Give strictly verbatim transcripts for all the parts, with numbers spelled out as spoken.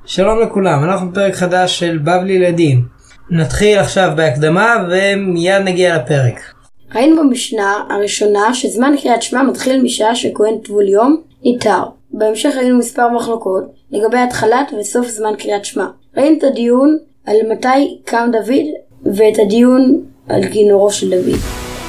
שלום לכולם, אנחנו בפרק חדש של בבלי ילדים. נתחיל עכשיו בהקדמה ומיד נגיע לפרק. ראינו במשנה הראשונה שזמן קריאת שמע מתחיל משעה שכהן טבול יום ניתר. בהמשך ראינו מספר מחלוקות לגבי התחלת וסוף זמן קריאת שמע. ראינו את הדיון על מתי קם דוד ואת הדיון על כינורו של דוד.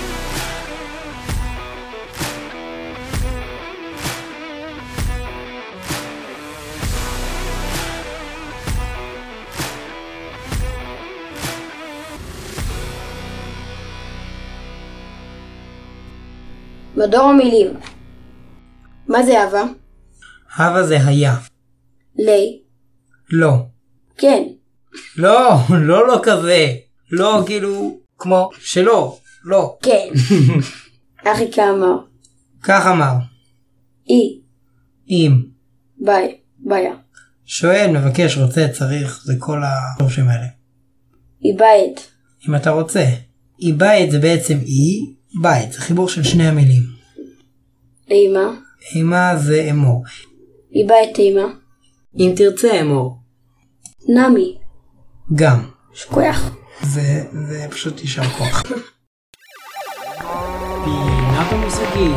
מדור המילים. מה זה הווה? הווה זה היה. לי? לא. כן. לא, לא לא כזה. לא כאילו כמו שלא, לא. כן. אחי כאמר. כך אמר. אי. אם. ביי. ביי. שואל, מבקש, רוצה, צריך, זה כל השורשים האלה. אי בית. אם אתה רוצה. אי בית זה בעצם אי. בית, זה חיבור של שני המילים. אימה? אימה זה אמור. היא בית אימה? אם תרצה אמור. נמי? גם. שכוח. זה, זה פשוט יישר כוח. פינת המושגים.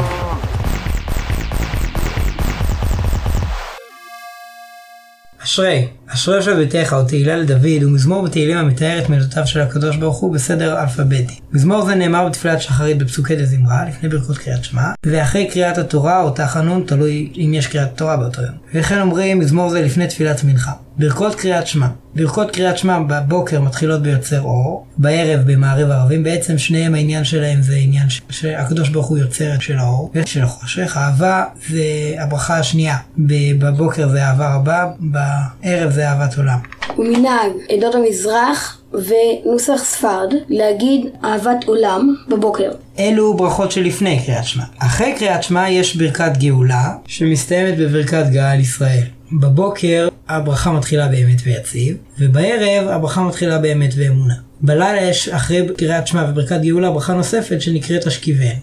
אשרי, אשרי שבתך או תהילה לדוד הוא מזמור בתהילים המתאר את מילותיו של הקדוש ברוך הוא בסדר אלפביתי. מזמור זה נאמר בתפילת שחרית בפסוקי דזמרה לפני ברכות קריאת שמע ואחרי קריאת התורה או תחנון, תלוי אם יש קריאת תורה באותו יום. וכן אומרים מזמור זה לפני תפילת מנחה. ברכות קריאת שמע. ברכות קריאת שמע בבוקר מתחילות ביוצר אור, בערב במעריב ערבים. בעצם שניהם העניין שלהם זה עניין ש... שהקדוש ברוך הוא יוצר של האור ושל החושך. אהבה זה הברכה השנייה. בבוקר זה אהבה רבה, בערב זה אהבת עולם. ומנהג עדות המזרח ונוסח ספרד להגיד אהבת עולם בבוקר. אלו ברכות שלפני קריאת שמע. אחרי קריאת שמע יש ברכת גאולה שמסתיימת בברכת גאל ישראל. בבוקר הברכה מתחילה באמת ויציב, ובערב הברכה מתחילה באמת ואמונה. בלילה יש אחרי קריאת שמע וברכת גאולה ברכה נוספת שנקראת השכיבן.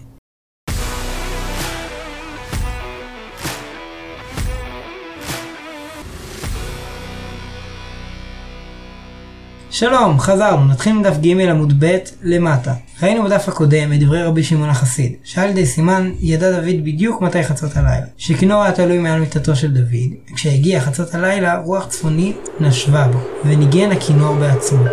שלום, חזרנו, נתחיל מדף ג' עמוד ב' למטה. ראינו בדף הקודם את דברי רבי שמעון החסיד, שעל ידי סימן ידע דוד בדיוק מתי חצות הלילה. שכינור היה תלוי מעל מיטתו של דוד, וכשהגיע חצות הלילה רוח צפונית נשבה בו, וניגן הכינור בעצמו.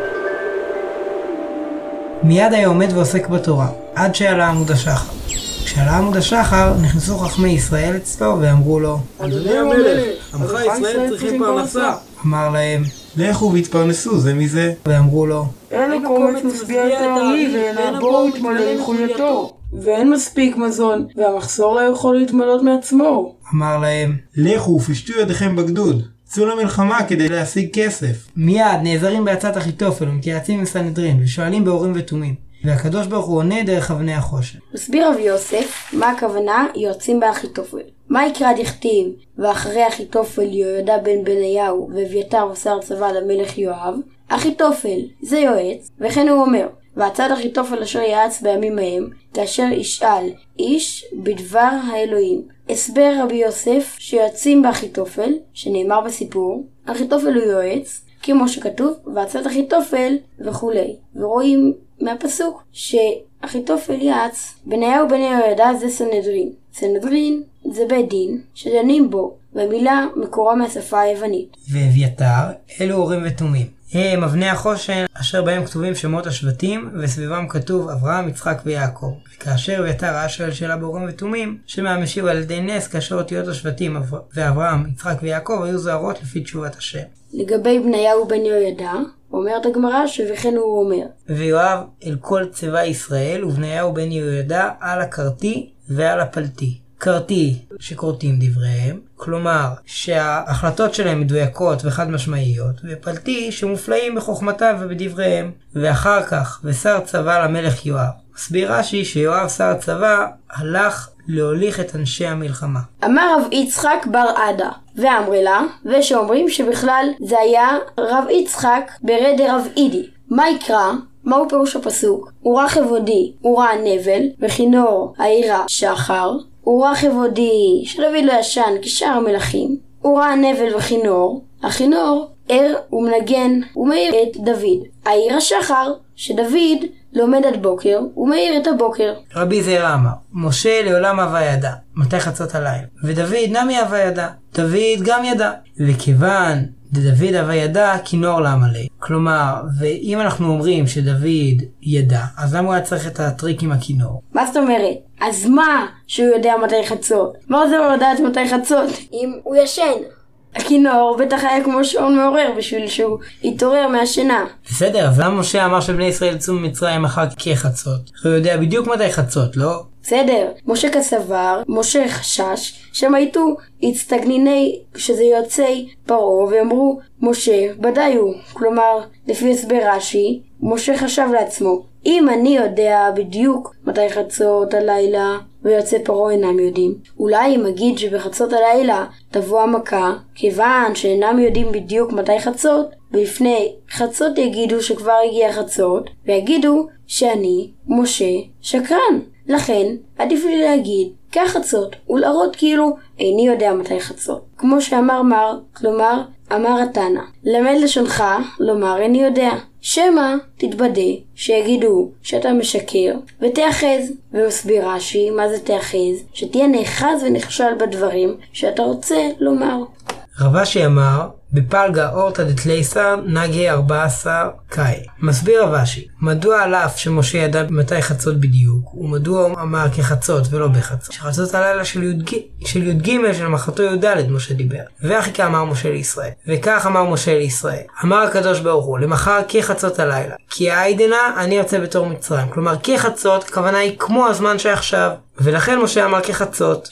מיד היה עומד ועוסק בתורה, עד שעלה עמוד השחר. כשעלה עמוד השחר נכנסו חכמי ישראל אצלו ואמרו לו, אדוני המלך, עמך ישראל צריכים פרנסה. אמר להם, לכו והתפרנסו זה מזה. ואמרו לו, אין הקומץ משביע את הארי ואין הבור מתמלא מחולייתו, ואין מספיק מזון והמחסור לא יכול להתמלות מעצמו. אמר להם, לכו ופשטו ידיכם בגדוד, צאו למלחמה כדי להשיג כסף. מיד נעזרים בעצת אחיתופל ומתייעצים עם סנהדרין ושואלים באורים ותומים, והקדוש ברוך הוא עונה דרך אבני החושן. מסביר רבי יוסף מה הכוונה יועצים באחיתופל. מה יקרא דכתיב ואחרי אחיתופל יהוידע בן בניהו ואביתר ושר צבא למלך יואב? אחיתופל זה יועץ, וכן הוא אומר, והצד אחיתופל אשר יעץ בימים ההם כאשר ישאל איש בדבר האלוהים. הסבר רבי יוסף שיועצים באחיתופל שנאמר בסיפור, אחיתופל הוא יועץ כמו שכתוב והצד אחיתופל וכולי, ורואים מהפסוק שאחיתופל יעץ. בניהו בן יהוידע זה סנהדרין. סנהדרין זה בית דין שדנים בו, והמילה מקורה מהשפה היוונית. ואביתר אלו אורים ותומים, הם אבני החושן אשר בהם כתובים שמות השבטים וסביבם כתוב אברהם, יצחק ויעקב. וכאשר אביתר ראה שואל שאלה באורים ותומים שמה משיב על ידי נס כאשר אותיות השבטים ואברהם, יצחק ויעקב היו זוהרות לפי תשובת השם. לגבי בניהו בן יהוידע אומרת הגמרא שבכן הוא אומר, ויואב אל כל צבא ישראל ובניהו בן יהוידע על הקרתי ועל הפלתי. קרתי שקוראים דבריהם, כלומר שההחלטות שלהם מדויקות וחד משמעיות, ופלתי שמופלאים בחוכמתם ובדבריהם. ואחר כך ושר צבא למלך יואב. מסביר רש"י שיואב שר צבא הלך להוליך את אנשי המלחמה. אמר רב יצחק בר עדה ואמרי לה, ושאומרים שבכלל זה היה רב יצחק ברד רב אידי. מה יקרא? מהו פירוש הפסוק? אורה כבודי, אורה נבל, וכינור העירה שחר. אורה כבודי, שדוד לא ישן כשאר המלכים. אורה נבל וכינור. הכינור ער ומנגן ומאיר את דוד. העיר השחר, שדוד לומד עד בוקר ומאיר את הבוקר. רבי זירא אמר, משה לעולם הווה ידע, מתי חצות הלילה, ודוד נמי הווה ידע, דוד גם ידע, וכיוון דוד הווה ידע, כינור לעמלק. כלומר, ואם אנחנו אומרים שדוד ידע, אז למה הוא היה צריך את הטריק עם הכינור? מה זאת אומרת? אז מה שהוא יודע מתי חצות? מה זה הוא יודעת מתי חצות? אם הוא ישן. הכינור בטח היה כמו שעון מעורר בשביל שהוא יתעורר מהשינה. בסדר, אז למה משה אמר שבני ישראל יצאו ממצרים אחר כחצות? הוא יודע בדיוק מתי חצות, לא? בסדר, משה כסבר, משה חשש, שהם הייתו הצטגניני שזה יוצאי פרעה ואמרו משה בדי הוא. כלומר, לפי הסבר רש"י, משה חשב לעצמו, אם אני יודע בדיוק מתי חצות הלילה ויוצאי פרעה אינם יודעים, אולי אם אגיד שבחצות הלילה תבוא המכה, כיוון שאינם יודעים בדיוק מתי חצות, ולפני חצות יגידו שכבר הגיע חצות, ויגידו שאני, משה, שקרן. לכן, עדיף לי להגיד כך חצות, ולהראות כאילו איני יודע מתי חצות. כמו שאמר מר, כלומר, אמר התנא, למד לשונך, לומר איני יודע. שמה תתבדה, שיגידו שאתה משקר, ותאחז. ומסביר רש"י, מה זה תאחז? שתהיה נאחז ונכשל בדברים שאתה רוצה לומר. רב אשי אמר, בפלגה אורתא דתלייסר נגי ארבע עשר קאי. מסביר רב אשי, מדוע על אף שמשה ידע מתי חצות בדיוק, ומדוע הוא אמר כחצות ולא בחצות? שחצות הלילה של י"ג של י"ג של מחרתו י"ד משה דיבר. והחיקה אמר משה לישראל. וכך אמר משה לישראל. אמר הקדוש ברוך הוא, למחר כחצות הלילה. כי העידנה אני יוצא בתור מצרים. כלומר כחצות, הכוונה היא כמו הזמן שעכשיו. ולכן משה אמר כחצות.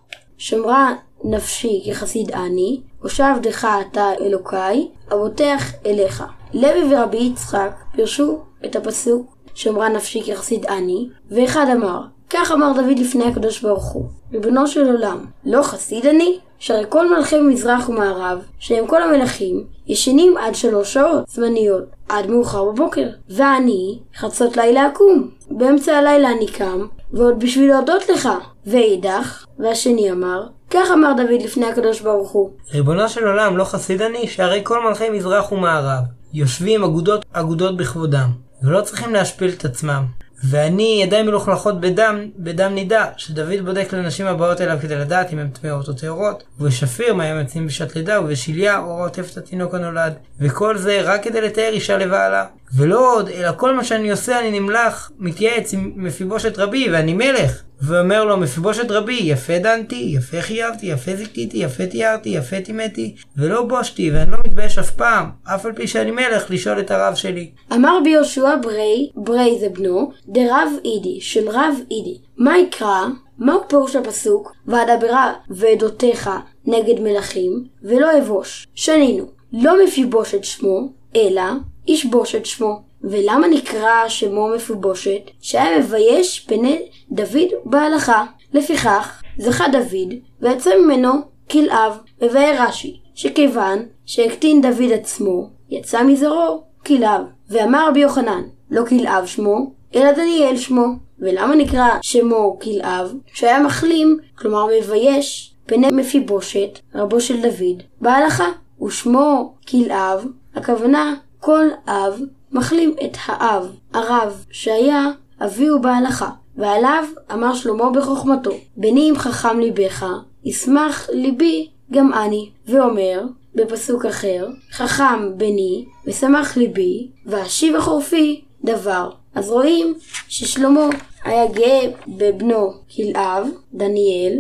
שמרה נפשי כחסיד אני, הושע עבדך אתה אלוקי, אבוטח אליך. לוי ורבי יצחק פירשו את הפסוק שמרה נפשי כחסיד אני, ואחד אמר, כך אמר דוד לפני הקדוש ברוך הוא, ריבונו של עולם, לא חסיד אני? שהרי כל מלכי מזרח ומערב, שהם כל המלכים, ישנים עד שלוש שעות זמניות, עד מאוחר בבוקר. ואני חצות לילה אקום, באמצע הלילה אני קם, ועוד בשביל להודות לך. ואידך, והשני אמר, כך אמר דוד לפני הקדוש ברוך הוא, ריבונו של עולם, לא חסיד אני, שהרי כל מלכי מזרח ומערב יושבים אגודות אגודות בכבודם, ולא צריכים להשפיל את עצמם. ואני ידיים מלוכלכות בדם, בדם נידה, שדוד בודק לנשים הבאות אליו כדי לדעת אם הן טמאות או טהורות, ובשפיר מה הם יוצאים בשעת לידה, ובשליה אור עוטף את התינוק הנולד. וכל זה רק כדי לתאר אישה לבעלה. ולא עוד, אלא כל מה שאני עושה אני נמלך, מתייעץ עם מפיבושת רבי, ואני מלך. ואומר לו, מפיבושת רבי, יפה דנתי, יפה חייבתי, יפה זיקתיתי, יפה תיארתי, יפה תימתי, ולא בושתי, ואני לא מתבייש אף פעם, אף על פי שאני מלך, לשאול את הרב שלי. אמר בי יהושע ברי, ברי זה בנו, דרב אידי, שם רב אידי. מה יקרא? מהו פירוש הפסוק? ואדברה ועדותיך נגד מלכים, ולא אבוש. שנינו, לא מפיבושת שמו, אלא איש בושת שמו. ולמה נקרא שמו מפיבושת? שהיה מבייש פני דוד בהלכה. לפיכך זכה דוד ויצא ממנו כלאב. מבאר רש"י שכיוון שהקטין דוד עצמו יצא מזרעו כלאב. ואמר רבי יוחנן, לא כלאב שמו אלא דניאל שמו. ולמה נקרא שמו כלאב? שהיה מחלים, כלומר מבייש פני מפיבושת רבו של דוד בהלכה. ושמו כלאב, הכוונה כל אב מחלים את האב, הרב שהיה אביהו בהלכה. ועליו אמר שלמה בחוכמתו, בני אם חכם ליבך, ישמח ליבי גם אני. ואומר בפסוק אחר, חכם בני ושמח ליבי, ואשיב החורפי דבר. אז רואים ששלמה היה גאה בבנו כלאב, דניאל,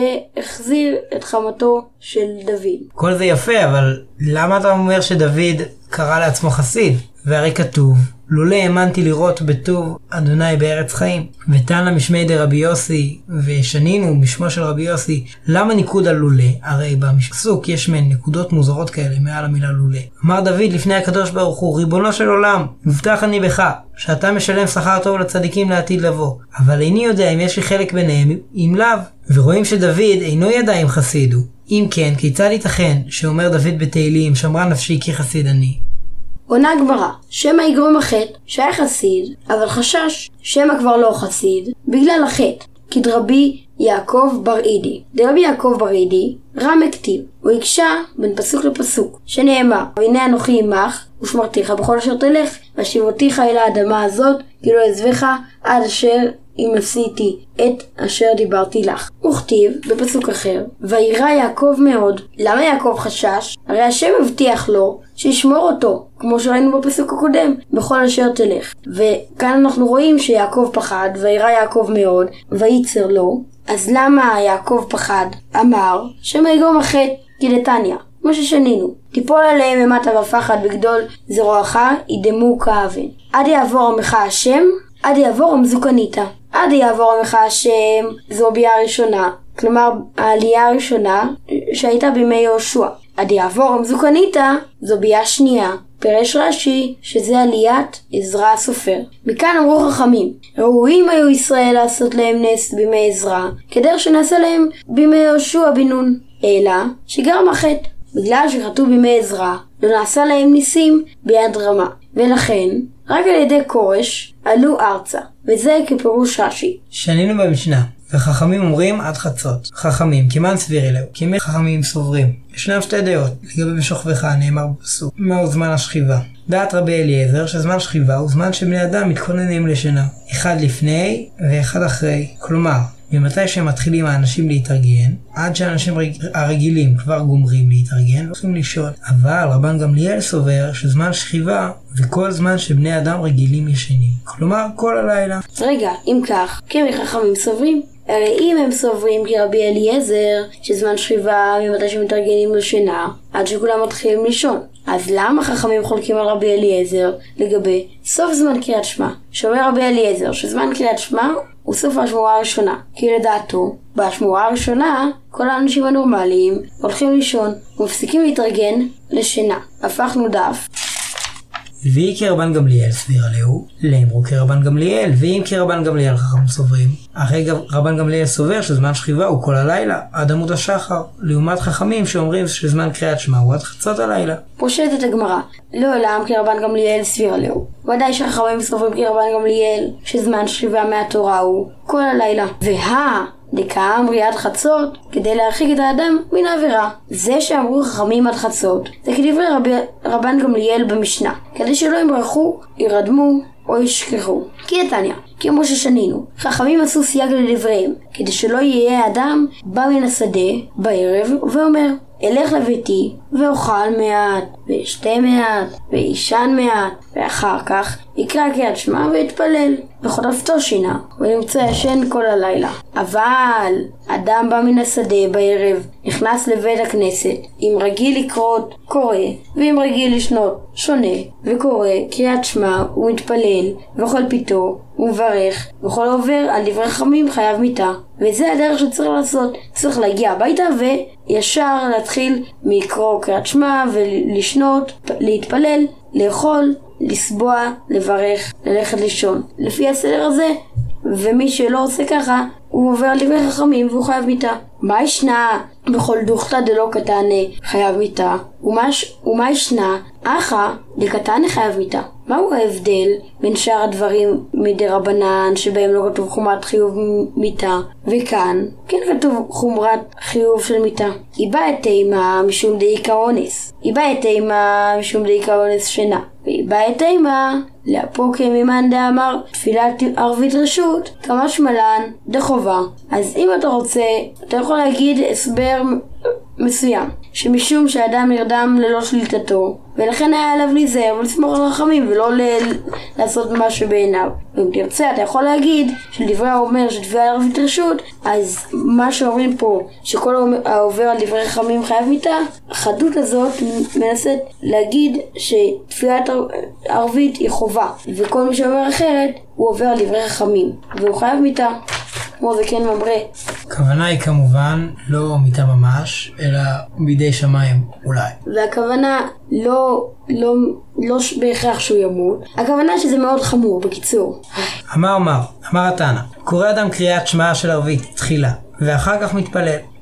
שהחזיר את חמתו של דוד. כל זה יפה, אבל למה אתה אומר שדוד קרא לעצמו חסיד? והרי כתוב, לולא האמנתי לראות בטוב אדוני בארץ חיים. ותן למשמי דרבי יוסי, ושנינו בשמו של רבי יוסי, למה ניקוד על לולא? הרי בפסוק יש מן נקודות מוזרות כאלה מעל המילה לולא. אמר דוד לפני הקדוש ברוך הוא, ריבונו של עולם, מבטח אני בך, שאתה משלם שכר טוב לצדיקים לעתיד לבוא. אבל איני יודע אם יש לי חלק ביניהם, אם לאו. ורואים שדוד אינו ידע אם חסיד הוא. אם כן, כיצד ייתכן שאומר דוד בתהילים, שמרה נפשי כי חסיד אני? עונה גמרא, שמא יגרום החטא שהיה חסיד, אבל חשש שמא כבר לא חסיד בגלל החטא. כדרבי יעקב בר אידי. דרבי יעקב בר אידי רם הכתיב, הוא הקשה בין פסוק לפסוק, שנאמר, והנה אנוכי עמך ושמרתיך בכל אשר תלך, והשיבותיך אל האדמה הזאת, כי לא אעזבך עד אשר אם עשיתי את אשר דיברתי לך. וכתיב בפסוק אחר, וירא יעקב מאוד. למה יעקב חשש? הרי השם הבטיח לו שישמור אותו, כמו שראינו בפסוק הקודם, בכל אשר תלך. וכאן אנחנו רואים שיעקב פחד, וירא יעקב מאוד, וייצר לו. אז למה יעקב פחד? אמר, שמא יגרום החטא כדתניא, כמו ששנינו. תיפול עליהם אימת ופחד בגדול זרועך, ידמו כאבן. עד יעבור עמך השם, עד יעבור עמזו קנית. עד יעבור עמך השם, זו ביאה הראשונה, כלומר העלייה הראשונה שהייתה בימי יהושע. עד יעבור עמזו קנית, זו ביאה שנייה. פרש רש"י שזה עליית עזרא הסופר. מכאן אמרו חכמים, ראויים היו ישראל לעשות להם נס בימי עזרא, כדרך שנעשה להם בימי יהושע בן נון. אלא שגרם החטא, בגלל שחטאו בימי עזרא, לא נעשה להם ניסים ביד רמה. ולכן, רק על ידי כורש עלו ארצה, וזה כפירוש רש"י. שנינו במשנה, וחכמים אומרים עד חצות. חכמים, כמען סביר אלו, כמי חכמים סוברים. ישנם שתי דעות, לגבי בשוכבך נאמר בפסוק, מהו זמן השכיבה. דעת רבי אליעזר שזמן שכיבה הוא זמן שבני אדם מתכוננים לשינה. אחד לפני ואחד אחרי. כלומר, ממתי שהם מתחילים האנשים להתארגן, עד שהאנשים הרגילים כבר גומרים להתארגן, הולכים לישון. אבל רבן גמליאל סובר שזמן שכיבה וכל זמן שבני אדם רגילים ישנים. כלומר, כל הלילה. רגע, אם כך, כמי חכמים סוברים? הרי אם הם סוברים כרבי אליעזר שזמן שכיבה ממתי שמתארגנים לשינה עד שכולם מתחילים לישון, אז למה חכמים חולקים על רבי אליעזר לגבי סוף זמן קריאת שמע? שאומר רבי אליעזר שזמן קריאת שמע הוא סוף השמורה הראשונה, כי לדעתו בשמורה הראשונה כל האנשים הנורמליים הולכים לישון ומפסיקים להתארגן לשינה. הפכנו דף. והיא כרבן גמליאל סביר עליהו, לאמרו כרבן גמליאל, ואם כרבן גמליאל חכם סוברים. אחרי רבן גמליאל סובר שזמן שכיבה הוא כל הלילה, עד עמוד השחר, לעומת חכמים שאומרים שזמן קריאת שמע הוא עד חצות הלילה. פושטת הגמרא, לעולם כרבן גמליאל סביר עליהו. ודאי שחכמים סוברים כרבן גמליאל שזמן שכיבה מהתורה הוא כל הלילה. וה... דקאמרי עד חצות, כדי להרחיק את האדם מן העבירה. זה שאמרו חכמים עד חצות, זה כדברי רב... רבן גמליאל במשנה, כדי שלא ימרחו, ירדמו או ישכחו. כי דתניא, כמו ששנינו, חכמים עשו סייג לדבריהם, כדי שלא יהיה אדם בא מן השדה בערב ואומר, אלך לביתי ואוכל מעט, ואשתה מעט, וישן מעט, ואחר כך יקרא קריאת שמע ויתפלל, וחוטפתו שינה, ונמצא ישן כל הלילה. אבל אדם בא מן השדה בערב, נכנס לבית הכנסת, אם רגיל לקרות, קורא, ואם רגיל לשנות, שונה, וקורא קריאת שמע ומתפלל, ואוכל פיתו, ומברך, וכל עובר על דברי חכמים חייב מיתה. וזה הדרך שצריך לעשות. צריך להגיע הביתה וישר להתחיל מקרוא קריאת שמע ולשנות, להתפלל, לאכול, לסבוע, לברך, ללכת לישון. לפי הסדר הזה, ומי שלא עושה ככה, הוא עובר על דברי חכמים והוא חייב מיתה. מה ישנה בכל דוכתא דלא קטנה חייב מיתה? ומה ישנה אחא דקטנה חייב מיתה? מהו ההבדל בין שאר הדברים מדי רבנן שבהם לא כתוב חומרת חיוב מיתה, וכאן כן כתוב חומרת חיוב של מיתה? איבא את תימה משום דאיקה אונס, איבא את תימה משום דאיקה אונס שינה, ואיבא את תימה לאפוקי ממאן דאמר תפילת ערבית רשות כמה שמלן דחובה. אז אם אתה רוצה, אתה יכול להגיד הסבר מסוים, שמשום שהאדם נרדם ללא שליטתו, ולכן היה עליו להיזהר ולסמוך על רחמים ולא ל- לעשות משהו בעיניו. ואם תרצה, אתה יכול להגיד שלדברי האומר שתפילה ערבית רשות, אז מה שאומרים פה שכל העובר על דברי רחמים חייב מיתה, החדות הזאת מנסה להגיד שתפילת ערבית היא חובה, וכל מי שאומר אחרת הוא עובר על דברי רחמים והוא חייב מיתה, כמו זה כן ממרא. הכוונה היא כמובן לא מיתה ממש, אלא בידי שמיים אולי. והכוונה לא, לא, לא בהכרח שהוא ימות. הכוונה שזה מאוד חמור, בקיצור. אמר אמר, אמר התנא, קורא אדם קריאת שמע של ערבית תחילה, ואחר כך מתפלל.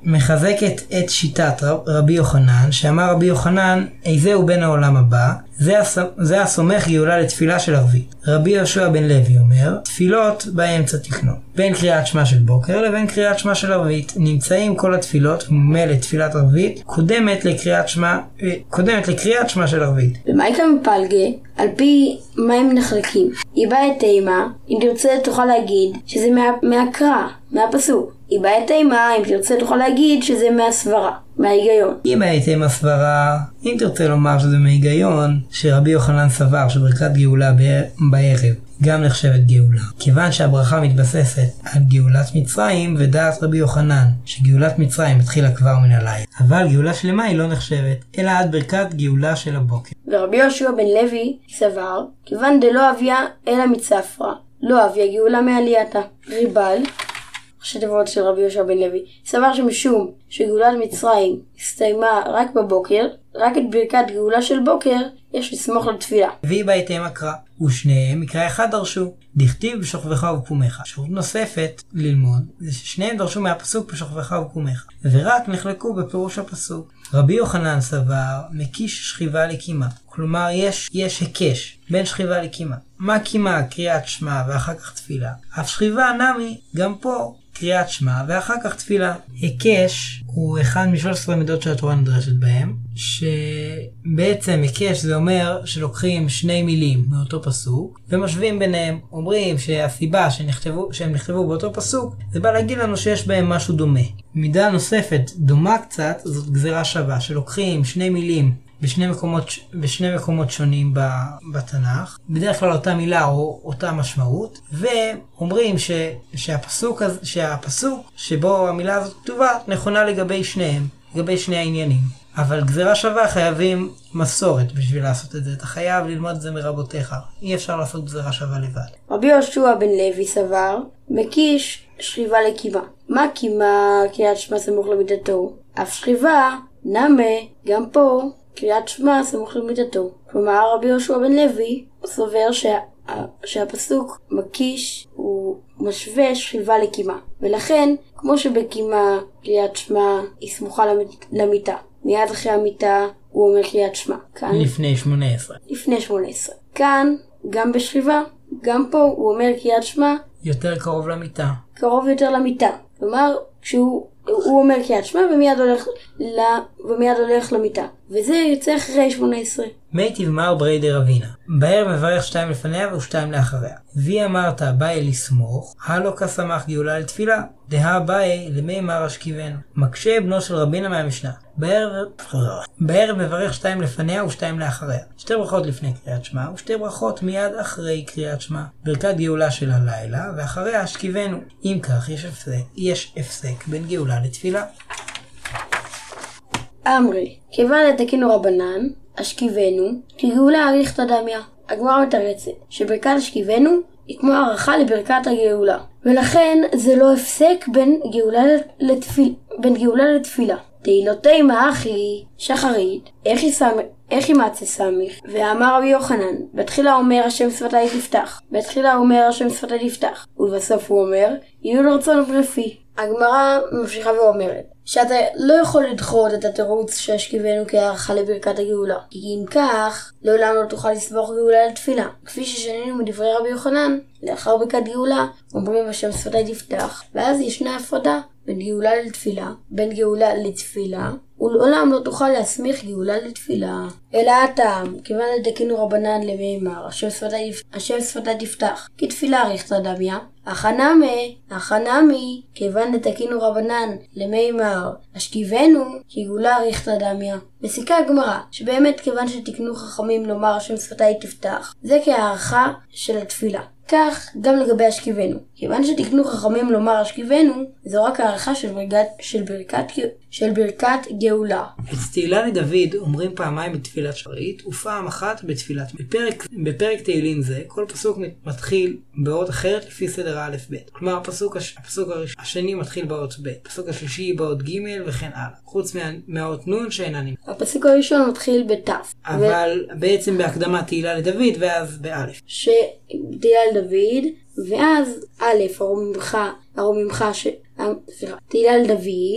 מחזקת את שיטת רבי יוחנן, שאמר רבי יוחנן, איזהו בן העולם הבא, זה, הס... זה הסומך גאולה לתפילה של ערבית. רבי יהושע בן לוי אומר, תפילות באמצע תקנו. בין קריאת שמע של בוקר לבין קריאת שמע של ערבית. נמצאים כל התפילות, וממילא תפילת ערבית, קודמת לקריאת שמע, קודמת לקריאת שמע של ערבית. ומה יקרה מפלגה? על פי מה הם נחלקים? איבא את אימה, אם תרצה תוכל להגיד שזה מה... מהקרא, מהפסוק. איבא את אימה, אם תרצה תוכל להגיד שזה מהסברה, מההיגיון. איבא את אימה סברה, אם תרצה לומר שזה מההיגיון, שרבי יוחנן סבר שברכת גאולה בערב גם נחשבת גאולה. כיוון שהברכה מתבססת על גאולת מצרים, ודעת רבי יוחנן שגאולת מצרים התחילה כבר מן הלילה. אבל גאולה שלמה היא לא נחשבת, אלא עד ברכת גאולה של הבוקר. ורבי יהושע בן לוי סבר, כיוון דלא אביה אלא מצפרא, לא אביה גאולה מעלייתה. ריבל, ראשי תיבות של רבי יהושע בן לוי, סבר שמשום שגאולת מצרים הסתיימה רק בבוקר, רק את ברכת גאולה של בוקר יש לסמוך לתפילה. והיא בהתאם הקרא, ושניהם מקרא אחד דרשו, דכתיב בשוכבך ובקומך. שרות נוספת ללמוד זה ששניהם דרשו מהפסוק בשוכבך ובקומך, ורק נחלקו בפירוש הפסוק. רבי יוחנן סבר מקיש שכיבה לקימה, כלומר יש יש היקש בין שכיבה לקימה. מה קימה? קריאת שמע ואחר כך תפילה. אף שכיבה נמי גם פה קריאת שמע ואחר כך תפילה. היקש הוא אחד משלוש עשרה מידות שהתורה נדרשת בהם, שבעצם היקש זה אומר שלוקחים שני מילים מאותו פסוק ומשווים ביניהם. אומרים שהסיבה שנכתבו, שהם נכתבו באותו פסוק זה בא להגיד לנו שיש בהם משהו דומה. מידה נוספת דומה קצת זאת גזירה שווה, שלוקחים שני מילים בשני מקומות, בשני מקומות שונים בתנ"ך, בדרך כלל אותה מילה או אותה משמעות, ואומרים ש, שהפסוק, שהפסוק שבו המילה הזאת כתובה נכונה לגבי שניהם, לגבי שני העניינים. אבל גזירה שווה חייבים מסורת בשביל לעשות את זה. אתה חייב ללמוד את זה מרבותיך. אי אפשר לעשות גזירה שווה לבד. רבי יהושע בן לוי סבר, מקיש שכיבה לקימה. מה קימה? קריאת שמע סמוך למיטתו. אף שכיבה, נמה, גם פה, קריאת שמע סמוך למיטתו. כלומר, רבי יהושע בן לוי סובר שה, שהפסוק מקיש הוא משווה שכיבה לקימה. ולכן, כמו שבקימה קריאת שמע היא סמוכה למיטה, מיד אחרי המיטה הוא אומר קריאת שמע. כאן, לפני שמונה עשרה. לפני שמונה עשרה. כאן, גם בשכיבה, גם פה הוא אומר קריאת שמע יותר קרוב למיטה. קרוב יותר למיטה. כלומר, כשהוא הוא אומר קריאת שמע ומיד הולך ל... ומיד הולך למיטה. וזה יוצא אחרי שמונה עשרה. מי תבמר ברי דרבינה. בערב מברך שתיים לפניה ושתיים לאחריה. וי אמרת באי לסמוך, הלא כסמך גאולה לתפילה. דה באי למי אמר אשכיבנו. מקשה בנו של רבינה מהמשנה. בערב, בערב מברך שתיים לפניה ושתיים לאחריה. שתי ברכות לפני קריאת שמע ושתי ברכות מיד אחרי קריאת שמע. ברכת גאולה של הלילה ואחריה אשכיבנו. אם כך יש הפסק, יש הפסק בין גאולה לתפילה. אמרי, כיוון לתקינו רבנן, אשכיבנו, כי גאולה אריכתא דמיא. הגמרא מתרצת שברכת אשכיבנו היא כמו הערכה לברכת הגאולה. ולכן זה לא הפסק בין גאולה לתפילה. בין גאולה לתפילה. תהילותי מאחי שחרית, איך היא מצא סמיך, ואמר רבי יוחנן, בתחילה אומר השם שפתי תפתח, בתחילה אומר השם שפתי תפתח, ובסוף הוא אומר, יהיו לרצון וברפי. הגמרא ממשיכה ואומרת, שאתה לא יכול לדחות את התירוץ שהשכיבנו כהערכה לברכת הגאולה, כי אם כך, לעולם לא תוכל לסבור גאולה לתפילה. כפי ששנינו מדברי רבי יוחנן, לאחר ברכת גאולה, אומרים השם שפתי תפתח, ואז ישנה הפרדה בין גאולה לתפילה, בין גאולה לתפילה, ולעולם לא תוכל להסמיך גאולה לתפילה. אלא הטעם, כיוון לדקינו רבנן למימר, השם שפתי תפתח, כי תפילה אריכתא דמיא, החנמי, החנמי, כיוון לדקינו רבנן למימר, אשכיבנו, כי גאולה אריכתא דמיא. מסיקה הגמרא, שבאמת כיוון שתקנו חכמים לומר השם שפתי תפתח, זה כהערכה של התפילה. כך גם לגבי אשכיבנו. כיוון שתקנו חכמים לומר אשכיבנו, זו רק הערכה של ברכת, של ברכת, של ברכת גאולה. את תהילה לדוד אומרים פעמיים בתפילת שחרית ופעם אחת בתפילת. בפרק, בפרק תהילים זה, כל פסוק מתחיל באות אחרת לפי סדר א' ב'. כלומר, הפסוק, הפסוק השני מתחיל באות ב', הפסוק השלישי באות ג' וכן הלאה. חוץ מה, מהאות נ' שאינה נמצאת. הפסוק הראשון מתחיל בת'. אבל ו... בעצם בהקדמה תהילה לדוד ואז באלף. שתהילה לדוד ואז א' הרוממך, הרוממך ש... סליחה, תהילה לדוד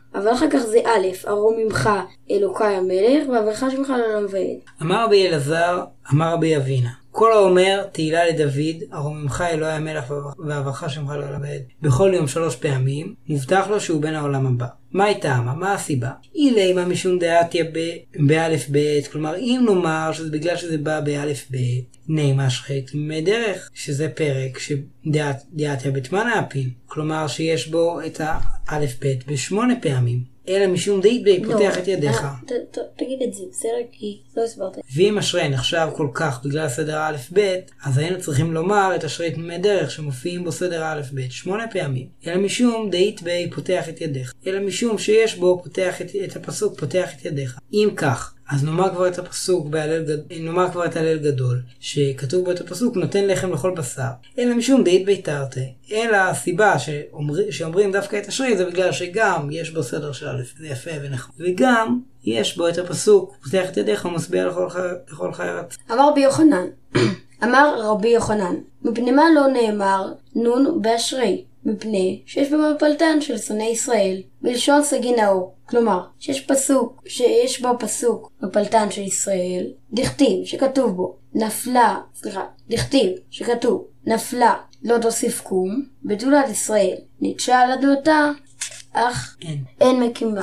אבל אחר כך זה א', ארום ממך אלוקי המלך, ועברך שמך לעולם ועד. אמר רבי אלעזר, אמר רבי אבינה, כל האומר תהילה לדוד, ארום ממך אלוהי המלך ועברך שמך לעולם ועד, בכל יום שלוש פעמים, מובטח לו שהוא בן העולם הבא. מה הייתה מה? מה הסיבה? אילי מה משום דעתיה באלף בית, כלומר אם נאמר שזה בגלל שזה בא באלף בית, נעימה שחק תמימי דרך, שזה פרק שדעתיה בתמנה הפין, כלומר שיש בו את האלף בית בשמונה פעמים, אלא משום דאית בי פותח את ידיך. תגיד את זה, בסדר, כי לא הסברת. ואם אשרי נחשב כל כך בגלל סדר האלף בית, אז היינו צריכים לומר את אשרי תמימי דרך שמופיעים בו סדר האלף בית שמונה פעמים, אלא משום דאית בי פותח את ידיך, אלא משום שיש בו פותח את, את הפסוק פותח את ידיך. אם כך, אז נאמר כבר את הפסוק בהלל גדול, נאמר כבר את הלל גדול, שכתוב בו את הפסוק נותן לחם לכל בשר, אלא משום דאית בי תרתי. אלא הסיבה שאומר, שאומרים דווקא את אשרי זה בגלל שגם יש בו סדר של אלף, זה יפה ונכון, וגם יש בו את הפסוק פותח את ידיך ומשביע לכל, לכל חי ארץ. אמר רבי יוחנן, אמר רבי יוחנן, מפני מה לא נאמר נון באשרי? מפני שיש במפלתן של שונאי ישראל, בלשון סגי נאור. כלומר, שיש פסוק, שיש בו פסוק בפלתן של ישראל, דכתיב שכתוב בו, נפלה, סליחה, דכתיב שכתוב, נפלה לא תוסיף קום, בתולת ישראל, נטשה על אדמתה, אך אין, אין מקימה.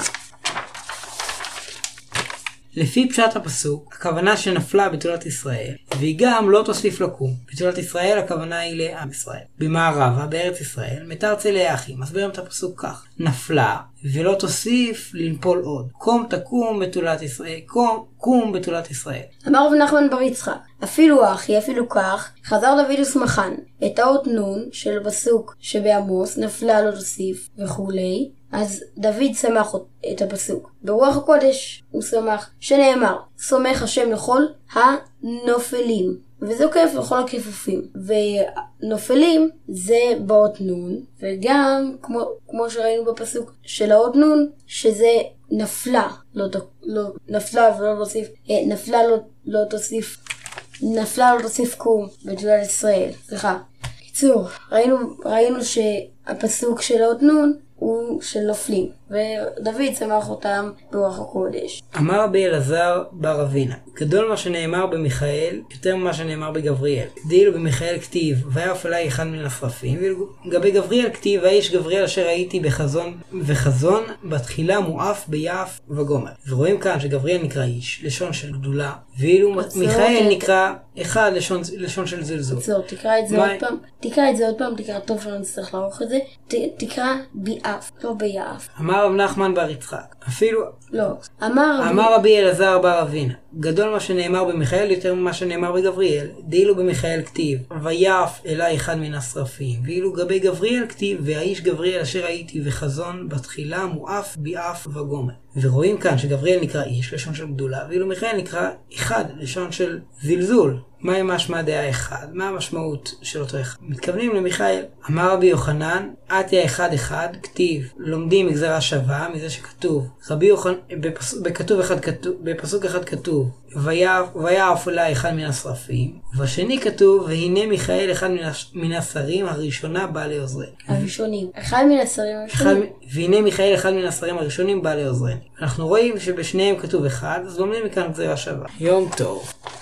לפי פשט הפסוק, הכוונה שנפלה בתולת ישראל, והיא גם לא תוסיף לקום. בתולת ישראל הכוונה היא לעם ישראל. במערבה, בארץ ישראל, מתרצה לאחים, מסבירים את הפסוק כך. נפלה, ולא תוסיף לנפול עוד. קום תקום בתולת ישראל, קום, קום בתולת ישראל. אמר רב נחמן בר יצחק, אפילו אחי, אפילו כך, חזר דוד וסמכן, את האות נון של פסוק שבעמוס, נפלה לא תוסיף וכולי, אז דוד שמח את הפסוק. ברוח הקודש הוא שמח, שנאמר, סומך השם לכל הנופלים. וזה כיף לכל הכיפופים. ונופלים זה באות נון, וגם כמו, כמו שראינו בפסוק של האות נון, שזה נפלה, לא, לא, נפלה ולא תוסיף, נפלה לא, לא תוסיף, נפלה לא תוסיף קום בתולת ישראל. סליחה. קיצור, ראינו, ראינו שהפסוק של האות נון הוא של נופלים, ודוד שמח אותם ברוח הקודש. אמר רבי אלעזר בר אבינה, גדול מה שנאמר במיכאל יותר ממה שנאמר בגבריאל. דאילו במיכאל כתיב ויעף אלי אחד מן השרפים, ולגבי גבריאל כתיב האיש גבריאל אשר ראיתי בחזון וחזון בתחילה מואף ביעף וגומר. ורואים כאן שגבריאל נקרא איש, לשון של גדולה, ואילו מיכאל נקרא אחד, לשון, לשון של זלזול. עצור, תקרא את זה עוד פעם, תקרא את זה עוד פעם, תקרא טוב שלא נצטרך לערוך את זה, תקרא ביעף, לא ביעף. אמר רב נחמן בר יצחק, אפילו לא, אמר רבי, אמר רבי אלעזר בר אבינה, גדול מה שנאמר במיכאל יותר ממה שנאמר בגבריאל. דאילו במיכאל כתיב ויעף אלי אחד מן השרפים, ואילו גבי גבריאל כתיב והאיש גבריאל אשר ראיתי וחזון בתחילה מואף ביעף וגומר. ורואים כאן שגבריאל נקרא איש, לשון של גדולה, ואילו מיכאל נקרא אחד, לשון של זלזול. מה משמע דעה אחד? מה המשמעות של אותו אחד? מתכוונים למיכאל. אמר רבי יוחנן, עתיה אחד אחד, כתיב, לומדים מגזרה שווה מזה שכתוב. רבי יוחנן, בפס, בכתוב אחד כתוב, בפסוק אחד כתוב, ויעף אלי אחד מן השרפים, ובשני כתוב, והנה מיכאל אחד מן השרים הראשונה בא לעוזרני. הראשונים. אחד מן השרים הראשונים. והנה מיכאל אחד מן השרים הראשונים בא לעוזרני. אנחנו רואים שבשניהם כתוב אחד, אז לומדים מכאן גזרה שווה. יום טוב.